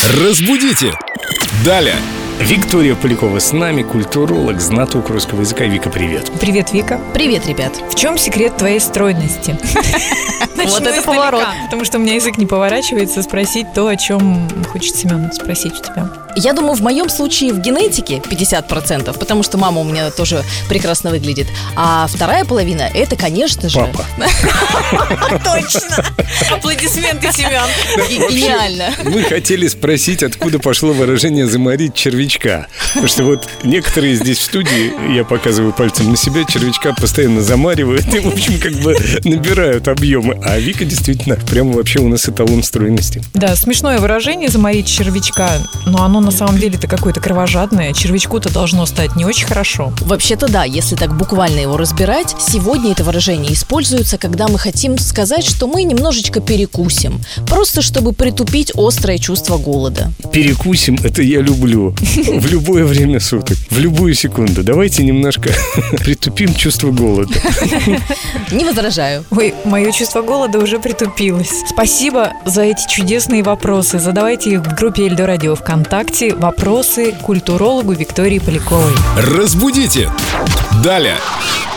Разбудите! Далее! Виктория Полякова с нами, культуролог, знаток русского языка. Вика, привет. Привет, Вика. Привет, ребят. В чем секрет твоей стройности? Вот это поворот. Потому что у меня язык не поворачивается спросить то, о чем хочет Семен спросить у тебя. Я думаю, в моем случае в генетике 50%, потому что мама у меня тоже прекрасно выглядит. А вторая половина – это, конечно же… Папа. Точно! Аплодисменты, Семен. Гениально. Мы хотели спросить, откуда пошло выражение «заморить червячка». Потому что вот некоторые здесь в студии, я показываю пальцем на себя, червячка постоянно замаривают и, в общем, как бы набирают объемы. А Вика действительно прямо вообще у нас эталон стройности. Да, смешное выражение «заморить червячка», но оно на самом деле-то какое-то кровожадное. Червячку-то должно стать не очень хорошо. Вообще-то да, если так буквально его разбирать, сегодня это выражение используется, когда мы хотим сказать, что мы немножечко перекусим, просто чтобы притупить острое чувство голода. Перекусим, это я люблю. В любое время суток, в любую секунду. Давайте немножко притупим чувство голода. Не возражаю. Ой, мое чувство голода уже притупилось. Спасибо за эти чудесные вопросы. Задавайте их в группе Эльдо Радио ВКонтакте. Вопросы культурологу Виктории Поляковой. Разбудите! Далее!